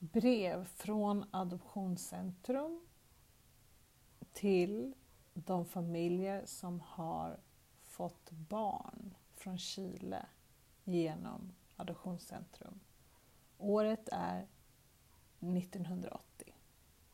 brev från Adoptionscentrum till de familjer som har fått barn från Chile genom Adoptionscentrum. Året är 1980.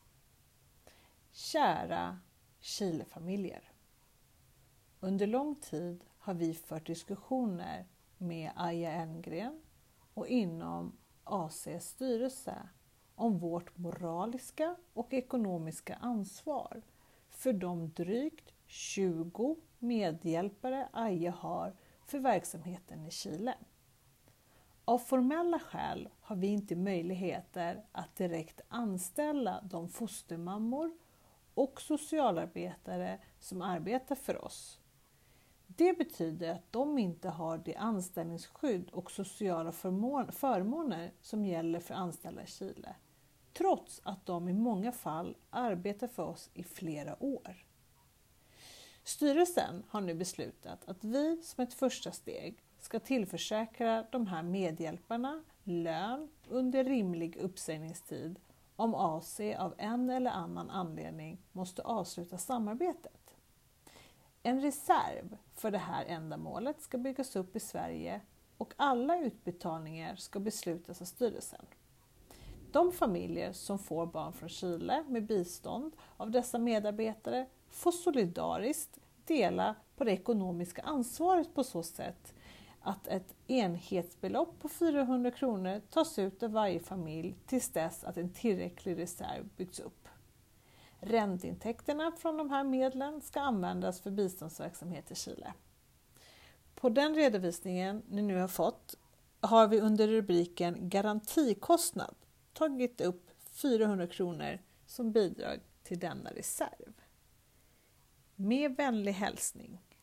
Kära Chilefamiljer. Under lång tid har vi fört diskussioner med Aja Elmgren och inom ACs styrelse om vårt moraliska och ekonomiska ansvar för de drygt 20 medhjälpare Aja har för verksamheten i Chile. Av formella skäl har vi inte möjligheter att direkt anställa de fostermammor och socialarbetare som arbetar för oss. Det betyder att de inte har det anställningsskydd och sociala förmåner som gäller för anställda i Chile, trots att de i många fall arbetar för oss i flera år. Styrelsen har nu beslutat att vi som ett första steg ska tillförsäkra de här medhjälparna lön under rimlig uppsägningstid om AC av en eller annan anledning måste avsluta samarbetet. En reserv för det här ändamålet ska byggas upp i Sverige och alla utbetalningar ska beslutas av styrelsen. De familjer som får barn från Chile med bistånd av dessa medarbetare får solidariskt dela på det ekonomiska ansvaret på så sätt att ett enhetsbelopp på 400 kronor tas ut av varje familj tills dess att en tillräcklig reserv byggts upp. Ränteintäkterna från de här medlen ska användas för biståndsverksamhet i Chile. På den redovisningen ni nu har fått har vi under rubriken garantikostnad tagit upp 400 kronor som bidrag till denna reserv. Med vänlig hälsning,